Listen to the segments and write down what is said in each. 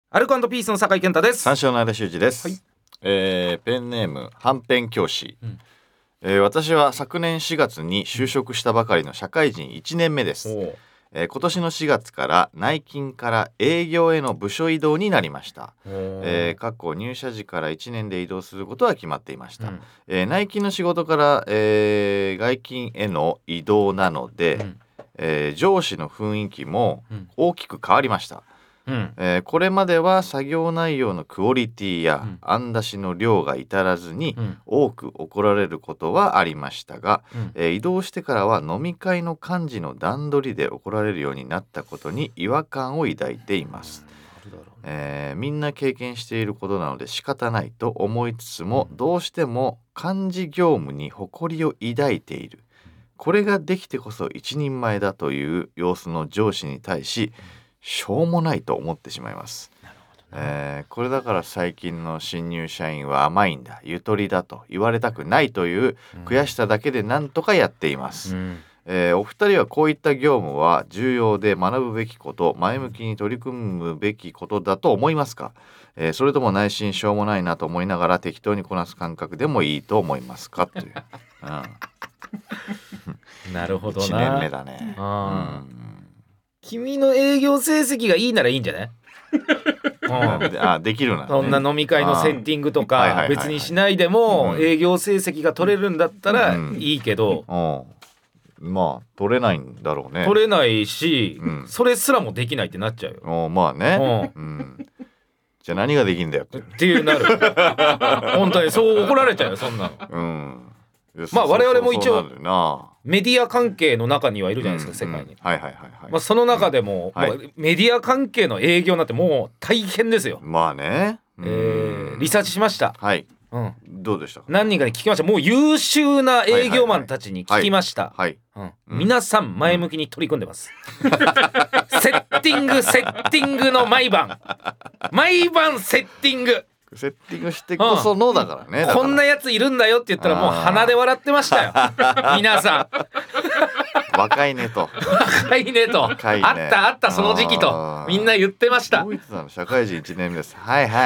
アルコ&ピースの酒井健太です。 三四郎の間修二です、 はい。 ペンネームはんぺん教師、私は昨年4月に就職したばかりの社会人1年目です。今年の4月から内勤から営業への部署移動になりました。過去入社時から1年で移動することは決まっていました。内勤の仕事から、外勤への移動なので、上司の雰囲気も大きく変わりました。これまでは作業内容のクオリティや案出しの量が至らずに多く怒られることはありましたが、移動してからは飲み会の幹事の段取りで怒られるようになったことに違和感を抱いています。みんな経験していることなので仕方ないと思いつつも、どうしても幹事業務に誇りを抱いている、これができてこそ一人前だという様子の上司に対し、しょうもないと思ってしまいます。これだから最近の新入社員は甘いんだ、ゆとりだと言われたくないという悔しさだけでなんとかやっています。お二人はこういった業務は重要で学ぶべきこと、前向きに取り組むべきことだと思いますか？それとも内心しょうもないなと思いながら適当にこなす感覚でもいいと思いますか？という、 なるほどな。 1年目だね。 君の営業成績がいいならいいんじゃない？ できるな、ね、 そんな飲み会のセッティングとか別にしないでも営業成績が取れるんだったらいいけど、 まあ取れないんだろうね。 取れないし、それすらもできないってなっちゃうよ。 まあね、じゃあ何ができんだよっていうなる本当にそう怒られちゃうよ、そんなの。まあ我々も一応メディア関係の中にはいるじゃないですか、世界に。その中でも、メディア関係の営業なんてもう大変ですよ。 まあね、 リサーチしました。 どうでしたか？ 何人かに聞きました。もう優秀な営業マンたちに聞きました。皆さん前向きに取り組んでます。セッティングの毎晩セッティングしてこそのだからね、 こんなやついるんだよって言ったらもう鼻で笑ってましたよ皆さん。若いねとあったその時期とみんな言ってました。 ドイツなの社会人1年目です。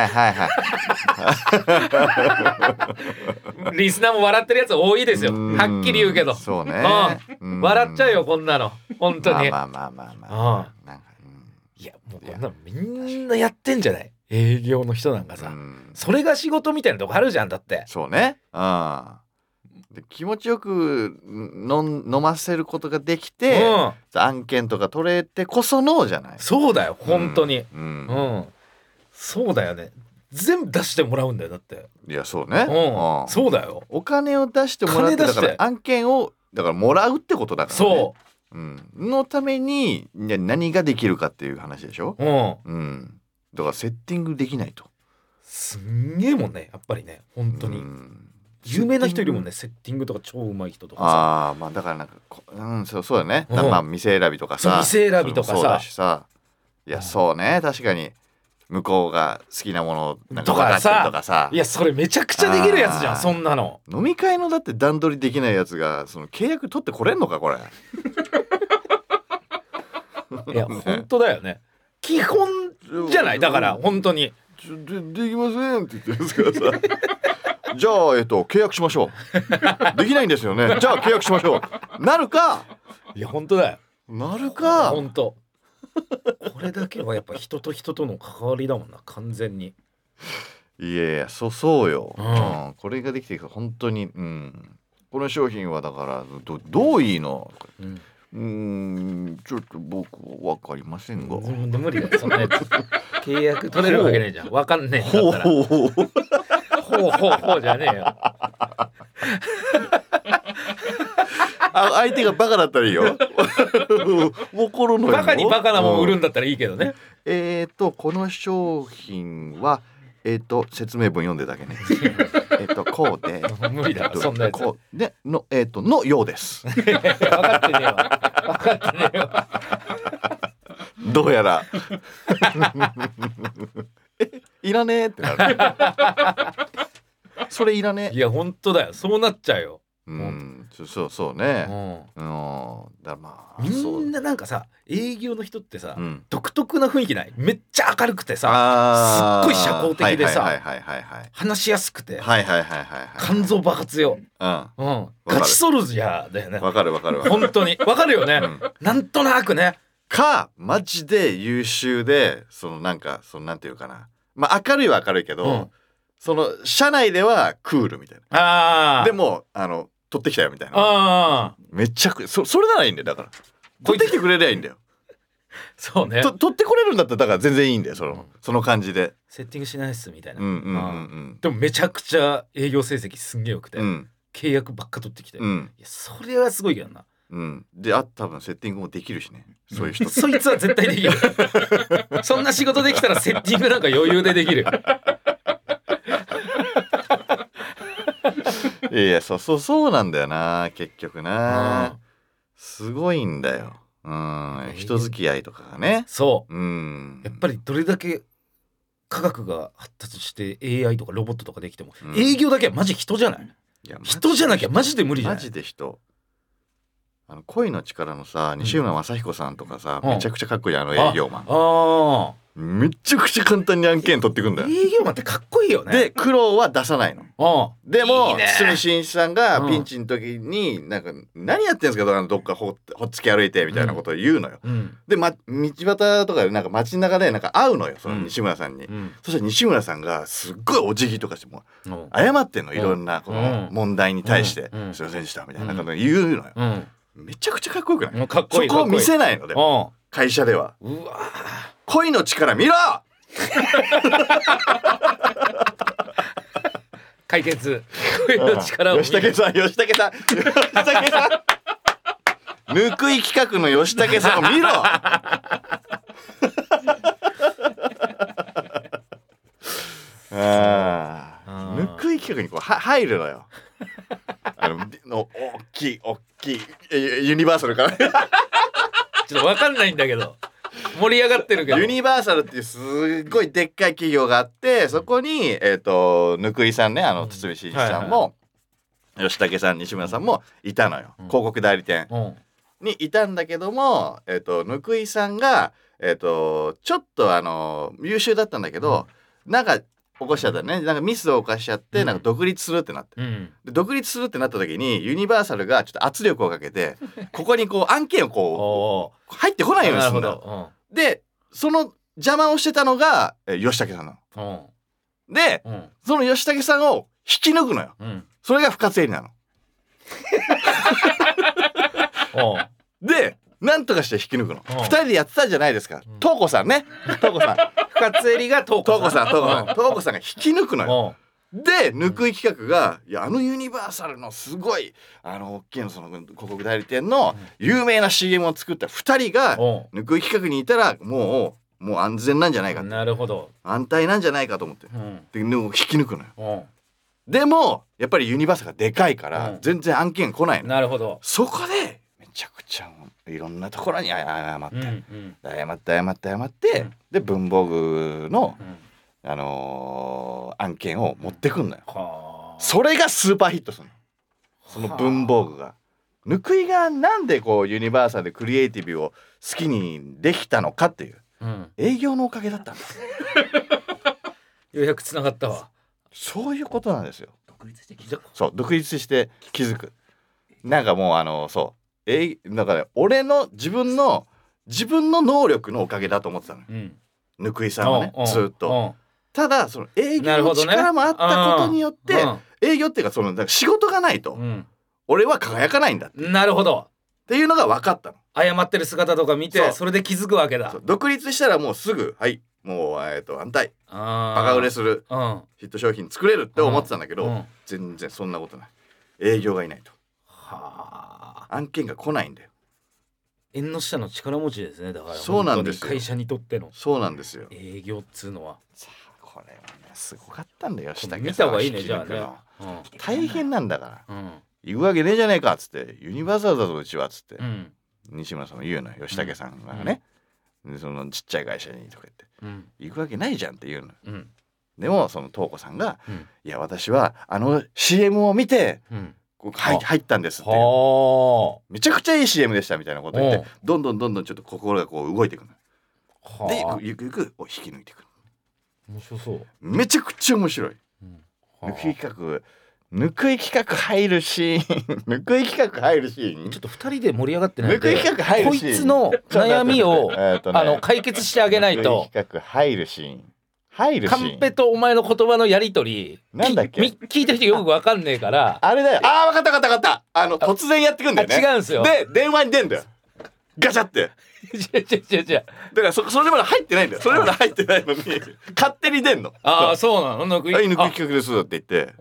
リスナーも笑ってるやつ多いですよ、はっきり言うけど。 そうね、 笑っちゃうよこんなの本当に。いやもうこんなのみんなやってんじゃない、営業の人なんかさ、それが仕事みたいなとこあるじゃん。だってそうね、で気持ちよく飲ませることができて、案件とか取れてこそのじゃない。 そうだよ本当に、そうだよね。全部出してもらうんだよだって。 いやそうね、 そうだよ。 お金を出してもらって、だから案件をだからもらうってことだからね。そう、のために何ができるかっていう話でしょ。だからセッティングできないとすんげえもんね、やっぱりね本当に。有名な人いるもんね、セッティングとか超うまい人とかさ。 まあだからなんかそうだね。まあ店選びとかさ、 店選びとかさ、 そうだしさ、いやそうね、確かに向こうが好きなものなんか分かってるとかさ、 いやそれめちゃくちゃできるやつじゃんそんなの。 飲み会のだって段取りできないやつがその契約取ってこれんのかこれ。 いや本当だよね、基本じゃない。だから本当にできませんって言ってるんですからさじゃあ契約しましょう。できないんですよね、じゃあ契約しましょうなるか。 いや本当だよ、 なるか本当。これだけはやっぱ人と人との関わりだもんな完全に。 いやそうよ、これができていくと本当に、この商品はだからどういいの、ちょっと僕は分かりませんが、 無理だよそんなやつ契約取れるわけねえじゃん、分かんねえんだったらほうじゃねえよ相手がバカだったらいいよ心のバカにバカなもん売るんだったらいいけどね。 この商品は説明文読んでだけねこうで無理だそんなやつこうでのようです分かってねえわ分かってねえわどうやらいらねえってなるそれいらねえ。 いや本当だよ、そうなっちゃうよ。 そうね。だまあみんななんかさ営業の人ってさ、独特な雰囲気ない？めっちゃ明るくてさ、すっごい社交的でさ、話しやすくて、肝臓爆発よ。ガチソルジャーだよね。 わかる本当にわかるよね。なんとなくね。 マジで優秀で、なんかなんていうかな、まあ明るいは明るいけど、社内ではクールみたいな。でも取ってきたよみたいな。めちゃくそれならいいんだよ。だから取ってきてくれりゃいいんだよ。 そうね。 取ってこれるんだったらだから全然いいんだよ。その感じでセッティングしないっすみたいな。でもめちゃくちゃ営業成績すんげえよくて、契約ばっか取ってきて、いやそれはすごいけどな。 で多分セッティングもできるしね、そういう人そいつは絶対できる。そんな仕事できたらセッティングなんか余裕でできる。 いやそうなんだよな、結局な。すごいんだよ。人付き合いとかがね。 そう、やっぱりどれだけ科学が発達して AI とかロボットとかできても、営業だけはマジ人じゃない？人じゃなきゃマジで無理じゃない？ マジで人。恋の力のさ、西村雅彦さんとかさ、めちゃくちゃかっこいい営業マン。めちゃくちゃ簡単に案件取ってくんだよ。 営業マンってかっこいいよね。 で苦労は出さないの。でも堤真一さんがピンチの時になんか何やってんすかどっかほっつき歩いてみたいなことを言うのよ。で、道端とかでなんか街中でなんか会うのよ、その西村さんに。そしたら西村さんがすっごいお辞儀とかしても謝ってんの、いろんなこの問題に対して「すいませんでした」みたいなこと言うのよ。めちゃくちゃかっこよくない？ かっこいい。 そこを見せないので会社では。 うわ恋の力見ろ解決。恋の力を見ろ。 吉武さんぬくい企画の吉武さんを見ろ。ぬくい企画にこう入るのよ。大きいユニバーサルからちょっと分かんないんだけど盛り上がってるけど、 ユニバーサルっていうすっごいでっかい企業があって、そこにぬくいさんね、堤真一さんも、吉武さん、西村さんもいたのよ。広告代理店にいたんだけども、ぬくいさんがちょっと優秀だったんだけど、なんか起こしちゃったね。なんかミスを犯しちゃって、なんか独立するってなって、で独立するってなった時にユニバーサルがちょっと圧力をかけてここにこう案件をこう入ってこないようにするんだ。でその邪魔をしてたのが吉武さんなの。で、その吉武さんを引き抜くのよ。それが深津絵里なの。でなんとかして引き抜くの。2人でやってたじゃないですか。東子さんね。東子さん。 深津絵里が東子さんが引き抜くのよ。で抜く企画が、いやユニバーサルのすごい大きいのその広告代理店の有名な CM を作った2人が抜く企画にいたらもう安全なんじゃないか。 なるほど。 安泰なんじゃないかと思って、で引き抜くのよ。でもやっぱりユニバーサルがでかいから全然案件来ないの。 なるほど。 そこでめちゃくちゃいろんなところに謝って、で文房具の、案件を持ってくんのよ。それがスーパーヒットするの。その文房具が。ぬくいがなんでこうユニバーサルでクリエイティブを好きにできたのかっていう、営業のおかげだったんです。 ようやくつながったわ。 そういうことなんですよ。独立して気づく。なんかもうだから俺の自分の能力のおかげだと思ってたの。ぬくいさんはね、ずっと。ただその営業の力もあったことによって、営業っていうかだから仕事がないと、俺は輝かないんだって。 なるほど。 っていうのが分かったの。 謝ってる姿とか見て、それで気づくわけだ。 独立したらもうすぐもう安泰、バカ売れする、ヒット商品作れるって思ってたんだけど、全然そんなことない。営業がいないと案件が来ないんだよ。 縁の下の力持ちですね。だからそうなんですよ。 会社にとってのそうなんですよ。 営業っつうのはこれはねすごかったんだよ。 見た方がいいね。じゃあね、 大変なんだから、言うわけねえじゃねえかっつって、ユニバーサルだぞうちはっつって、西村さんも言うのよ。吉武さんがね、そのちっちゃい会社にとか言って、行くわけないじゃんって言うの。でもその東子さんが、いや私はCM を見て、 入ったんですっていうめちゃくちゃいい CM でしたみたいなこと言ってどんどんちょっと心がこう動いていくのでゆくゆく引き抜いていく面白そうめちゃくちゃ面白い、抜き企画入るシーン抜き企画入るシーンちょっと2人で盛り上がってないんで抜き企画入るシーンこいつの悩みを解決してあげないと抜き企画入るシーンカンペとお前の言葉のやり取りなんだっけ聞いた人よく分かんねえからあれだよ分かった突然やってくんだよね違うんですよで電話に出んだよガチャって違うだからそれまで入ってないんだよそれまで入ってないのに勝手に出んのそうなの抜き企画ですって言って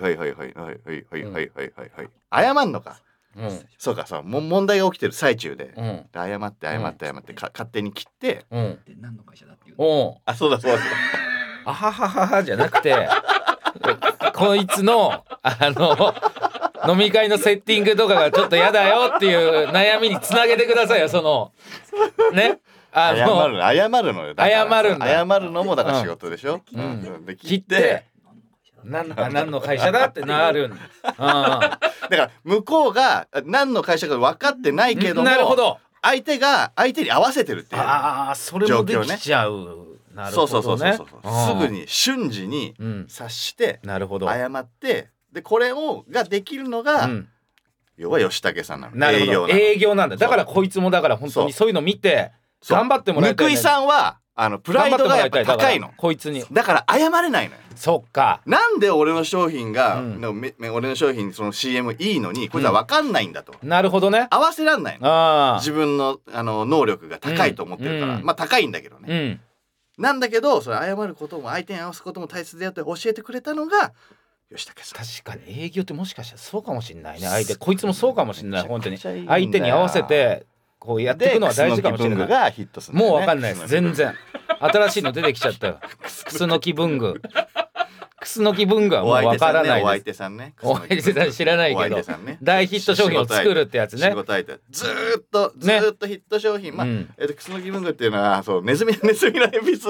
謝んのかそうか問題が起きてる最中で謝って勝手に切って何の会社だっていうそうだあははははじゃなくてこいつの飲み会のセッティングとかがちょっとやだよっていう悩みにつなげてくださいよね謝るのよ謝るのもだから仕事でしょ、 切って何の会社だってなるだから向こうが何の会社か分かってないけどもなるほど相手に合わせてるっていうそれもできちゃうなるほどねすぐに瞬時に察して謝ってでこれができるのが、要は吉武さんなの営業なんだだからこいつもだから本当にそういうの見て頑張ってもらいたい、 ね、ぬくいさんはプライドがやっぱ高いのこいつにだから謝れないのよそっかなんで俺の商品が、俺の商品その CM いいのにこれは分かんないんだと、 なるほどね合わせらんないの自分の能力が高いと思ってるから、まあ高いんだけどね、なんだけどそれ謝ることも相手に合わすことも大切であって教えてくれたのが吉武さん確かに営業ってもしかしたらそうかもしれないねこいつもそうかもしれない本当に相手に合わせてこうやっていくのは大事かもしれないがヒットする、 もう分かんないです全然新しいの出てきちゃったよクスノキ文具はもう分からないですお相手さんねお相手さん知らないけど大ヒット商品を作るってやつねずーっとヒット商品クスノキ文具っていうのはネズミの鉛筆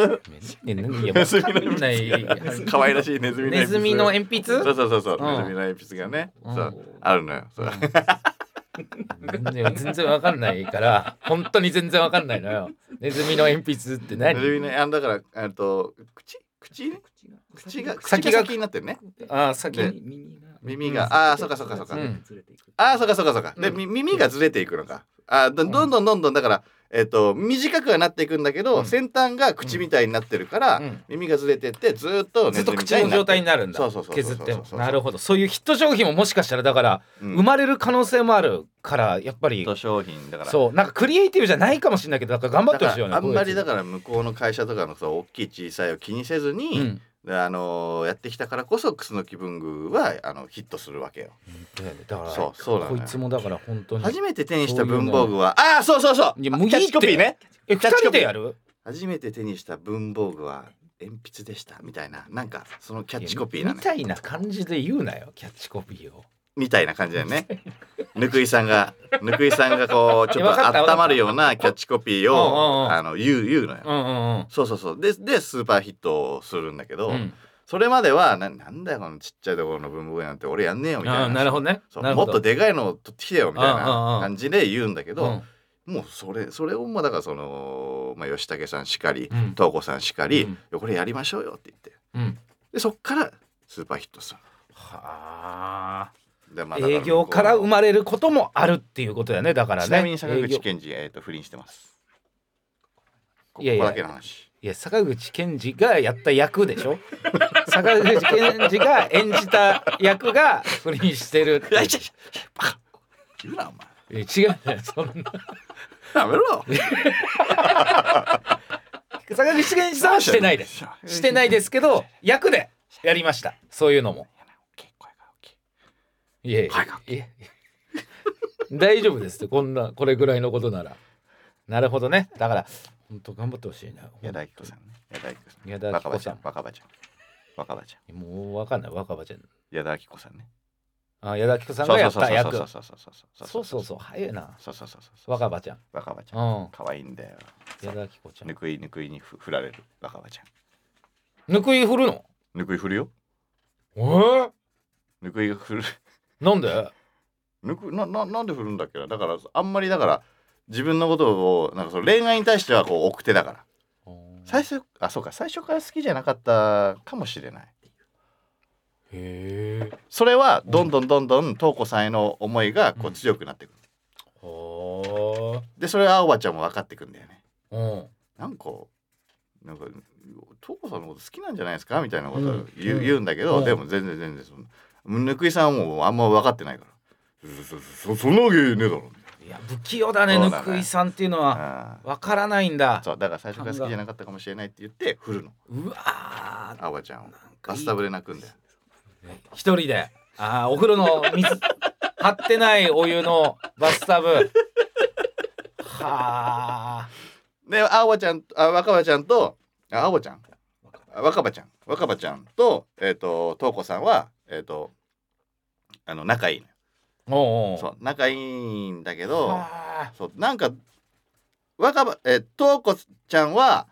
可愛らしいネズミの鉛筆そうネズミの鉛筆がねあるのよ全然わかんないから本当に全然わかんないのよネズミの鉛筆って何？ ネズミのだから口が先になってるね。 先に耳がそうかそうかで耳がずれていくのか。どんどんだから短くはなっていくんだけど、先端が口みたいになってるから、耳がずれてってずっと口の状態になるんだ。削ってもなるほど。そういうヒット商品ももしかしたらだから生まれる可能性もあるからやっぱりヒット商品だからそうなんかクリエイティブじゃないかもしれないけどだから頑張ってほしいよね。 あんまりだから向こうの会社とかの大きい小さいを気にせずに、やってきたからこそクスノキ文具はヒットするわけよ。 だからそうだね。 こいつもだから本当に初めて手にした文房具はそうキャッチコピーね。 2人でやる？ 初めて手にした文房具は鉛筆でしたみたいななんかそのキャッチコピーなのみたいな感じで言うなよキャッチコピーをみたいな感じだよね。ぬくいさんがこうちょっと温まるようなキャッチコピーを言うのよ。そうでスーパーヒットをするんだけど、それまではなんだよこのちっちゃいところの文房具なんて俺やんねえよみたいな。 なるほどね。 もっとでかいのを取ってきてよみたいな感じで言うんだけど、もうそれをだから吉武さんしかり東子さんしかりこれやりましょうよって言ってでそっからスーパーヒットする。 はあ。営業から生まれることもあるっていうことだね。だからね。 ちなみに坂口健二不倫してます。ここだけの話。 いや坂口健二がやった役でしょ。坂口健二が演じた役が不倫してるって。 バカ言うなお前。 違うねそんな。 やめろ。 坂口健二さんはしてないです。してないですけど役でやりました。そういうのも。いや大丈夫ですってこれぐらいのことなら。なるほどね。だから本当頑張ってほしいな。 矢田亜希子さんね。 矢田亜希子さん。 若葉ちゃん。 もうわかんない若葉ちゃん。 矢田亜希子さんね。 矢田亜希子さんがやった役。そう早いな。若葉ちゃん。 可愛いんだよ。 矢田亜希子ちゃん。 ぬくいに振られる若葉ちゃん。 ぬくい振るの？ ぬくい振るよ。 ぬくいが振る。 なんで？ なんで振るんだっけな。だからあんまりだから自分のことをなんかその恋愛に対してはこう奥手だから、そうか最初から好きじゃなかったかもしれない。 へえ。 それはどんどん瞳子さんへの思いがこう強くなってくる、でそれは青葉ちゃんも分かってくんだよね。なんか瞳子さんのこと好きなんじゃないですかみたいなことを言うんだけど、でも全然そのぬくいさんはもうあんま分かってないから、そんなわけねえだろ。 いや不器用だね、ぬくいさんっていうのは分からないんだ。 そうだから最初から好きじゃなかったかもしれないって言って振るの。 うわ青葉ちゃんをバスタブで泣くんだよ一人で。お風呂の水張ってないお湯のバスタブはあ。で青葉ちゃん若葉ちゃんと青葉ちゃん若葉ちゃんと瞳子さんは仲いいのよ。そう仲いいんだけど、そうなんか瞳子ちゃんは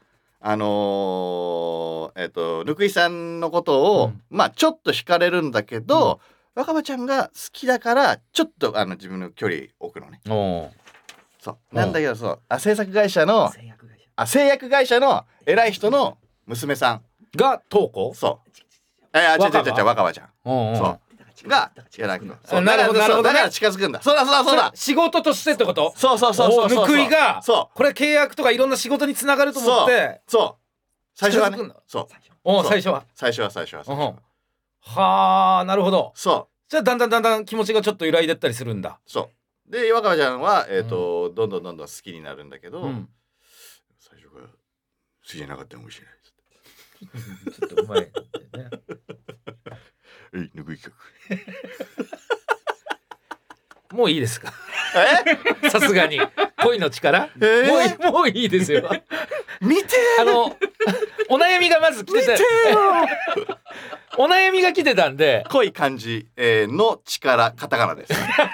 ぬくいさんのことを、まあちょっと惹かれるんだけど、若葉ちゃんが好きだからちょっと自分の距離置くのね。そうなんだけど、そう制作会社の製薬会社の偉い人の娘さんが瞳子。 そう違う若葉ちゃん。そうがなるほどだから近づくんだ。そうだ仕事としてってこと。 そうぬくいがこれ契約とかいろんな仕事につながると思って。 最初はね。 最初ははあ、なるほど。じゃあだんだん気持ちがちょっと揺らいでったりするんだ。 そうで若葉ちゃんはどんどん好きになるんだけど、最初から好きじゃなかったかもしれないちょっとうまいね。 ぬくい企画もういいですか。さすがに恋の力、もういいですよ。 見てお悩みがまず来てた。お悩みが来てたんで、 濃い漢字の力カタカナです。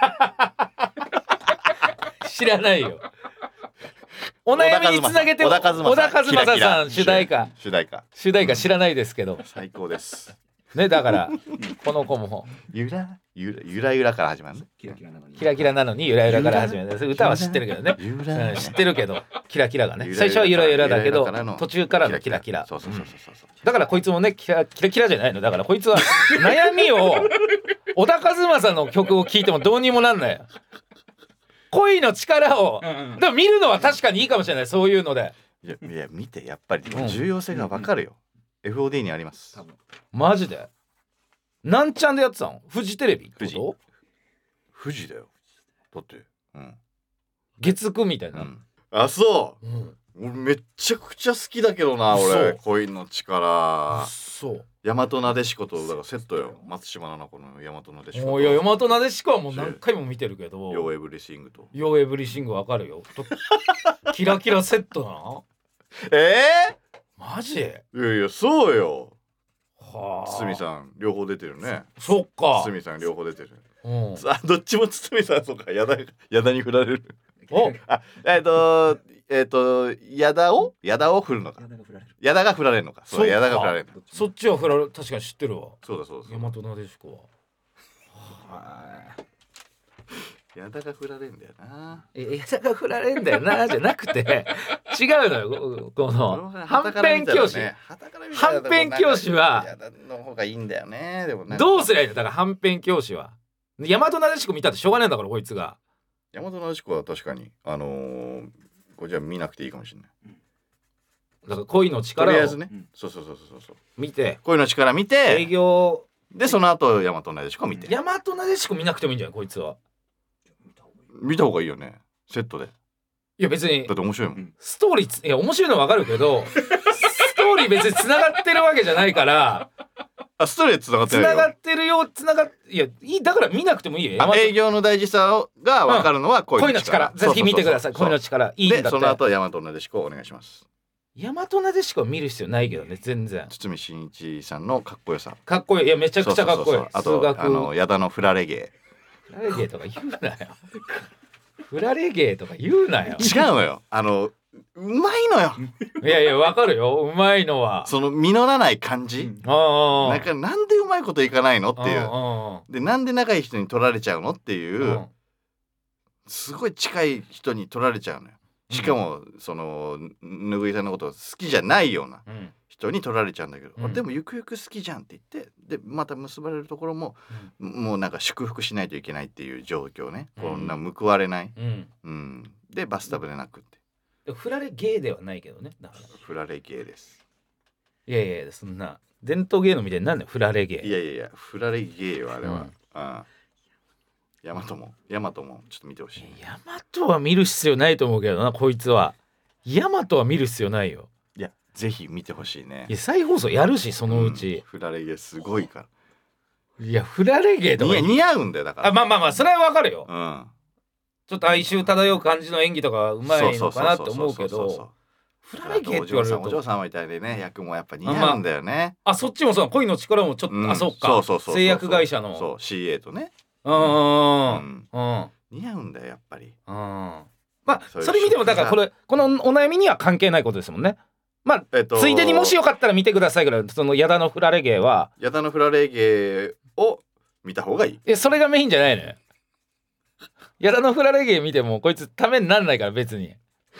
知らないよ。お悩みにつなげて小田和正さん主題歌知らないですけど最高ですね。だからこの子もゆらから始まるね。 キラキラなのにゆらゆらから始まる。歌は知ってるけどね。知ってるけどキラキラがね、最初はゆらゆらだけど途中からのキラキラ。だからこいつもねキラキラじゃないの。だからこいつは悩みを小田和正の曲を聴いてもどうにもなんない。恋の力を、でも見るのは確かにいいかもしれない。そういうのでいや見てやっぱり重要性が分かるよ。FOD にあります。 マジでなんちゃんでやってたの？フジテレビってこと？ フジだよ。だって月9みたいな。 あ、そう。俺めっちゃくちゃ好きだけどな。俺恋の力。大和なでしことだからセットよ。松島菜々子の大和なでしこ。 いや大和なでしこはもう何回も見てるけど。 ヨーエブリシングと。 ヨーエブリシングわかるよ。キラキラセットな。マジ？いやそうよ。堤さん両方出てるね。 そっか。 堤さん両方出てる。どっちも堤さんとか矢田に振られる。矢田を振るのか。矢田が振られるのか。そう矢田が振られる。 そっちは振られる。確かに知ってるわ。 そうだ。 大和なでしこは。矢田が振られるんだよな。 矢田が振られるんだよなじゃなくて違うのよ。このはんぺん教師は矢田の方がいいんだよね。でもね。 どうすりゃいいの？だからはんぺん教師は大和なでしこ見たってしょうがないんだからこいつが。 大和なでしこは確かにこれじゃ見なくていいかもしれない。 だから恋の力をとりあえずね。そう見て恋の力見て営業でその後大和なでしこ見て。 大和なでしこ見なくてもいいんじゃないこいつは。 見た方がいいよねセットで。 いや別にだって面白いもん。 ストーリーいや面白いのは分かるけどストーリー別に繋がってるわけじゃないからストーリー繋がってるよ。 いやだから見なくてもいいよ。 営業の大事さが分かるのは恋の力。 ぜひ見てください。恋の力いいんだって。 でその後大和なでしこお願いします。 大和なでしこ見る必要ないけどね全然。 堤真一さんのかっこよさ。 かっこいい。いやめちゃくちゃかっこいい。 あと矢田のフラレゲー。 フラレゲーとか言うなよ。フラレゲーとか言うなよ。 違うのよ。 うまいのよ。 いやいやわかるよ、うまいのは。 その実らない感じ、なんでうまいこといかないのっていうで、なんで仲いい人に取られちゃうのっていう、すごい近い人に取られちゃうのよ。しかもそのぬぐいさんのこと好きじゃないような人に取られちゃうんだけど、でもゆくゆく好きじゃんって言って、でまた結ばれるところも、もうなんか祝福しないといけないっていう状況ね、こんな報われない、でバスタブで泣くって。 フラレゲーではないけどね。だからフラレゲーです。 いやいや、そんな伝統芸能みたいになんだよフラレゲー。 いやいやいや、フラレゲーよあれは。ヤマトもちょっと見てほしい。 ヤマトは見る必要ないと思うけどな、こいつは。ヤマトは見る必要ないよ。 いやぜひ見てほしいね。 いや再放送やるしそのうち、 フラレゲーすごいから。 いやフラレゲーとか似合うんだよだから。 まあそれはわかるよ。ちょっと哀愁漂う感じの演技とかうまいのかなって思うけど、フラレゲーって言われるとお嬢さんみたいでね、役もやっぱ似合うんだよね。 そっちもそう、恋の力もちょっと、そっか、製薬会社の CA とね、似合うんだよやっぱり。 まあそれ見てもだからこのお悩みには関係ないことですもんね。まあついでにもしよかったら見てくださいぐらい、その矢田のフラレゲーは矢田のフラレゲーを見た方がいい。 それがメインじゃないのよ。矢田のフラレゲー見てもこいつためにならないから別に。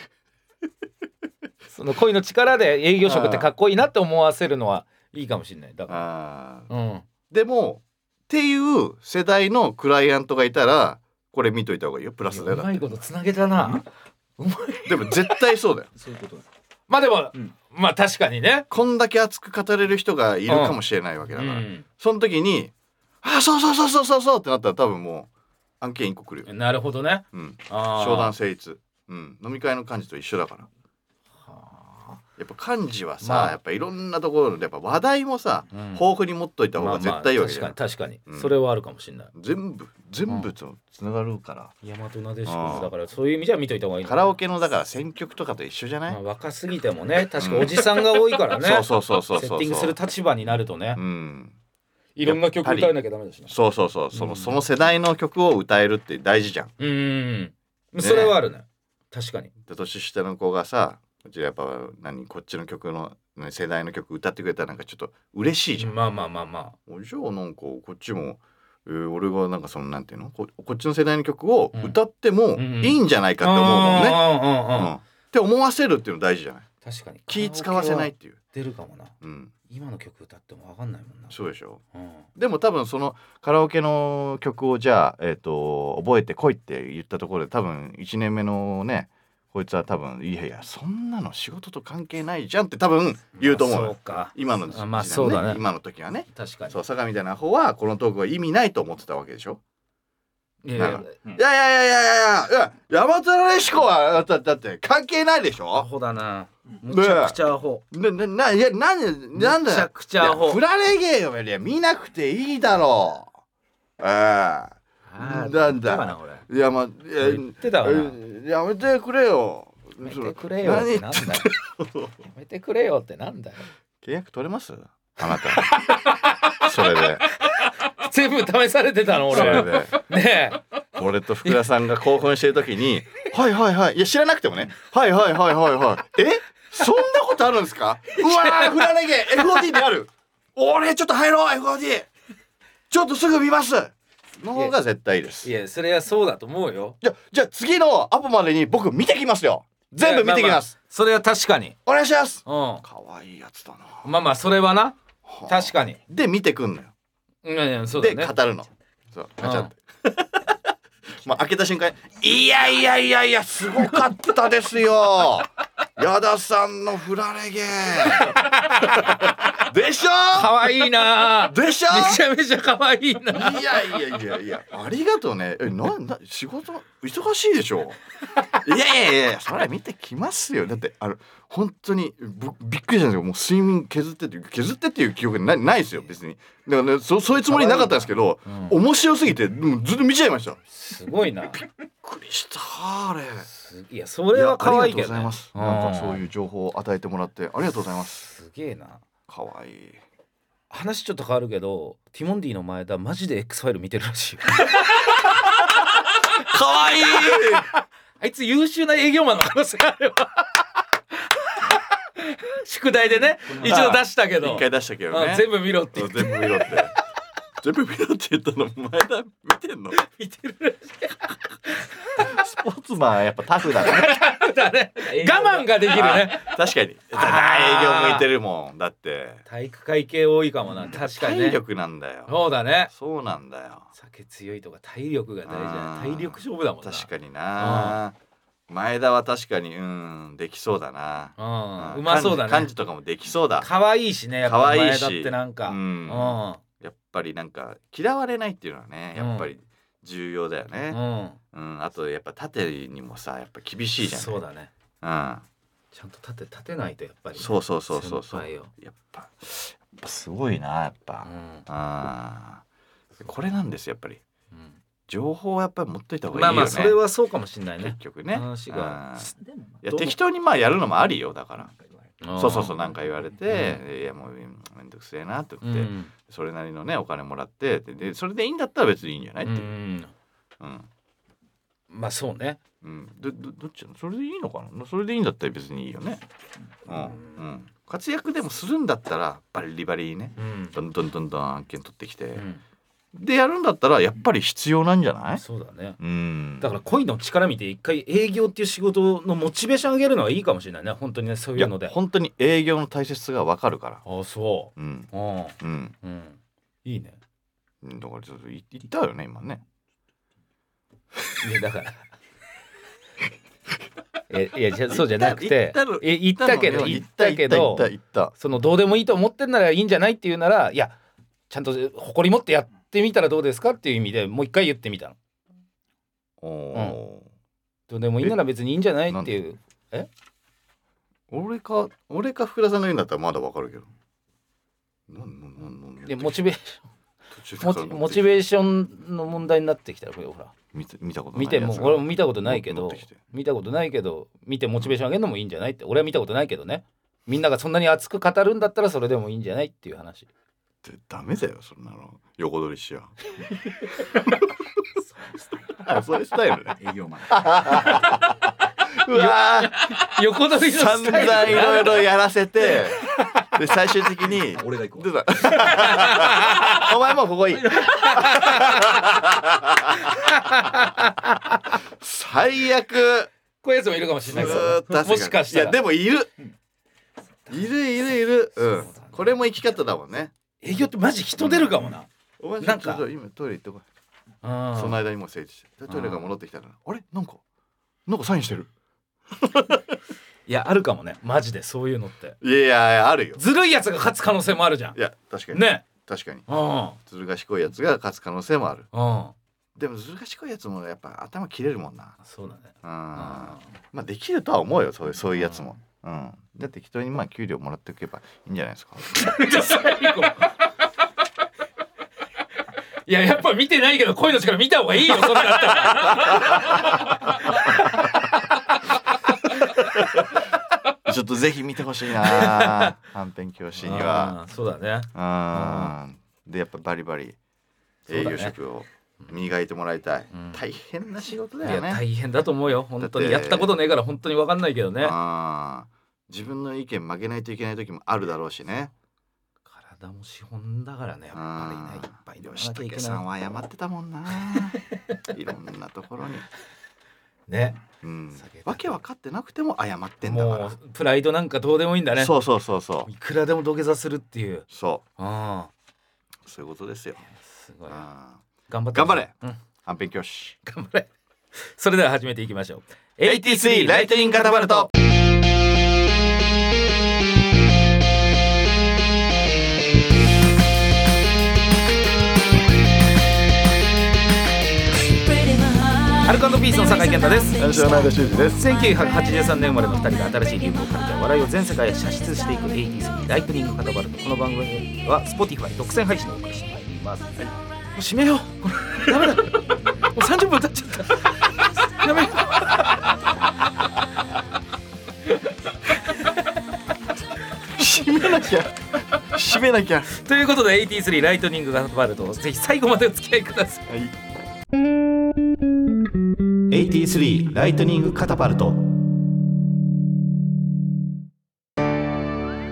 その恋の力で営業職ってかっこいいなって思わせるのはいいかもしれない。だから、 でもっていう世代のクライアントがいたらこれ見といた方がいいよ。プラスだよ。 うまいことつなげたな。 でも絶対そうだよ。 そういうことだ。まあでも、まあ確かにね、 こんだけ熱く語れる人がいるかもしれないわけだから、その時にそうってなったら多分もう案件1個来るよ。 なるほどね。 商談成立。飲み会の幹事と一緒だから。やっぱ幹事はさ、やっぱいろんなところでやっぱ話題もさ、豊富に持っといた方が絶対いいわけじゃん。 確かに、それはあるかもしれない。 全部とつながるから。 大和なでしこだからそういう意味じゃ見といた方がいい。 カラオケのだから選曲とかと一緒じゃない？ 若すぎてもね、確かおじさんが多いからね。 そうセッティングする立場になるとね。いろんな曲歌えなきゃダメだしね。 そうその世代の曲を歌えるって大事じゃん。 それはあるね。確かに。 年下の子がさ、やっぱこっちの曲の世代の曲歌ってくれたらなんかちょっと嬉しいじゃん。 まあ。 じゃあなんかこっちも、俺がなんかそのなんていうの、こっちの世代の曲を歌ってもいいんじゃないかって思うもんね。って思わせるっていうの大事じゃない。 確かに。 気使わせないっていう。 出るかもな。今の曲歌っても分かんないもんな。 そうでしょ。でも多分そのカラオケの曲をじゃあ覚えてこいって言ったところで多分1年目のね、こいつは多分いやそんなの仕事と関係ないじゃんって多分言うと思う。 そうか。 今の時代ね。 そうだね。 今の時はね。 確かに。 そう、坂みたいな方はこのトークは意味ないと思ってたわけでしょ。いや大和なでしこはだって関係ないでしょ。 アホだな。むちゃくちゃアホ。 なんだ。むちゃくちゃアホ。フラレゲーより見なくていいだろう。なんだ。いや言ってたわな。やめてくれよ。 やめてくれよってなんだよ。やめてくれよってなんだよ。 契約取れます？あなた。それで。 全部試されてたの俺。それで。ねえ。 俺と福田さんが興奮してる時に、はいいや知らなくてもね。はい。そんなことあるんですか？うわーフラレゲー FOD である。俺ちょっと入ろう FOD。ちょっとすぐ見ます。の方が絶対いいです。 いやそれはそうだと思うよ。 じゃあ次のアポまでに僕見てきますよ。全部見てきます。 それは確かにお願いします。可愛いやつだな。 まあそれはな、確かに。 で見てくんのよ。 そうだね。 で語るの。そうガチャって。まあ開けた瞬間いやすごかったですよ。矢田さんのフラレゲーでしょ。 可愛いな。 でしょ。 めちゃめちゃ可愛いな。 いやありがとうね。仕事忙しいでしょ。いやそれ見てきますよ。だって本当にびっくりしたんですよ。もう睡眠削ってっていう記憶ないですよ別に。だからねそういうつもりなかったんですけど、面白すぎてずっと見ちゃいました。 すごいな。 びっくりしたあれ。 いやそれは可愛いけどね。 ありがとうございます。なんかそういう情報を与えてもらってありがとうございます。 すげえな。 可愛い。 話ちょっと変わるけど、ティモンディの前田マジで X ファイル見てるらしいよ。 可愛い。 あいつ優秀な営業マンの可能性あるわ。 宿題でね一度出したけど一回出したけどね、 全部見ろって全部見ろって全部見ろって言ったの前田見てんの？ 見てるスポーツマンやっぱタフだね我慢ができるね確かに営業向いてるもんだって体育会系多いかもな確かにね体力なんだよそうだねそうなんだよ酒強いとか体力が大事だ体力勝負だもんな確かにな前田は確かにできそうだなうまそうだね漢字とかもできそうだ可愛いしねやっぱ前田ってなんかやっぱりなんか嫌われないっていうのはねやっぱり重要だよねあとやっぱ縦にもさやっぱ厳しいじゃんそうだねちゃんと立てないとやっぱりそうやっぱすごいなやっぱこれなんですよやっぱり情報をやっぱり持っといた方がいいよね。 まあそれはそうかもしれないね。 結局ね。 話がいや適当にまあやるのもありよだから。そうなんか言われて、いやもうめんどくせえなって言って、それなりのねお金もらってでそれでいいんだったら別にいいんじゃないっていう。 まあそうね。 どっちなの？それでいいのかな？それでいいんだったら別にいいよね。活躍でもするんだったらバリバリね、どんどん案件取ってきて。でやるんだったらやっぱり必要なんじゃない？ そうだね。だから恋の力見て一回営業っていう仕事のモチベーション上げるのはいいかもしれないね。本当にねそういうので。 本当に営業の大切さがわかるから。 あ、そう。いいね。 だからちょっと言ったよね今ね。 いやだから。いやそうじゃなくて言ったけどそのどうでもいいと思ってんならいいんじゃないっていうならいやちゃんと誇り持ってやってみたらどうですかっていう意味でもう一回言ってみたの。どうでもいいなら別にいいんじゃないっていう。 俺か福田さんが言うんだったらまだわかるけど。 モチベーションの問題になってきたらこれほら見たことないやつ俺も見たことないけど見てモチベーション上げるのもいいんじゃないって俺は見たことないけどねみんながそんなに熱く語るんだったらそれでもいいんじゃないっていう話。 ダメだよそんなの横取りしやそういうスタイルね営業マンうわ横取りの散々いろいろやらせてで最終的に俺が行こうお前もうここいい最悪こういうやつもいるかもしれないですもしかしたらいやでもいるこれも生き方だもんね。 営業ってマジ人出るかもな。 なんか今トイレ行ってこい。その間にもう整理してトイレが戻ってきたらあれなんかサインしてるいやあるかもねマジでそういうのって。 いやあるよ。 ずるいやつが勝つ可能性もあるじゃん。 いや確かにね確かにずる賢いやつが勝つ可能性もある。でもずる賢いやつもやっぱ頭切れるもんな。 そうだね。 まあできるとは思うよそういうやつも。だって適当にまあ給料もらっておけばいいんじゃないですか。 いややっぱ見てないけど恋の力見た方がいいよそれだったら。ちょっとぜひ見てほしいなはんぺん教師には。 そうだね。 でやっぱバリバリ営業職を磨いてもらいたい。大変な仕事だよね。 いや大変だと思うよ本当に。やったことねえから本当に分かんないけどね。 自分の意見曲げないといけない時もあるだろうしね。 体も資本だからねやっぱりねいっぱい吉武さんは謝ってたもんな。いろんなところにね。 わけ分かってなくても謝ってんだから。 もうプライドなんかどうでもいいんだね。 そういくらでも土下座するっていう。 そういうことですよ。 すごい。 頑張れはんぺん教師頑張れ。それでは始めていきましょう。 83ライトニングカタパルト。 アルコ&ピースの酒井健太です。 私は前田修司です。 1983年生まれの2人が新しいリズムをカルチャー笑いを全世界へ射出していく83ライトニングカタパルト。この番組は Spotify 独占配信をお送りしてまいります。もう閉めようダメだもう30分経っちゃったやめよ締めなきゃということで83ライトニングカタパルトぜひ最後までお付き合いください。 83ライトニングカタパルト。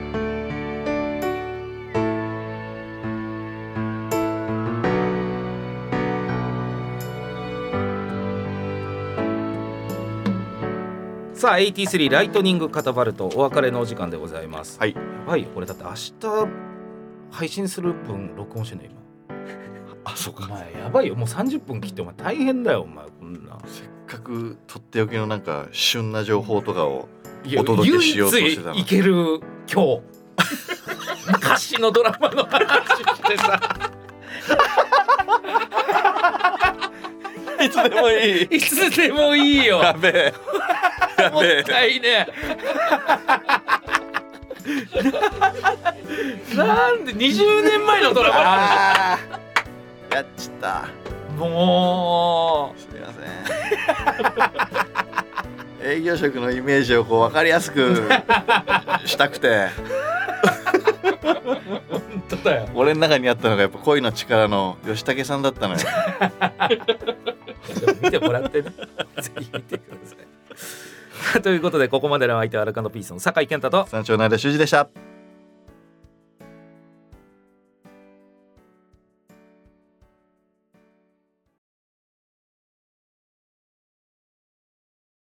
さあ83ライトニングカタパルトお別れのお時間でございます。 はい。やばいよこれだって明日配信する分録音してんの今。 あ、そうか。 お前やばいよもう30分切ってお前大変だよお前こんな。 せっかくとっておきのなんか旬な情報とかをお届けしようとしてたの。 唯一いける今日昔のドラマの話してさいつでもいいいつでもいいよ。 やべえやもべえったいねなんで20年前のドラマやっちったもうすみません営業職のイメージをこう分かりやすくしたくて本当だよ。 俺の中にあったのがやっぱ恋の力の吉武さんだったのよ見てもらってねぜひ見てくださいということでここまでの相手はアルカンドピースの酒井健太と山頂の間修二でした。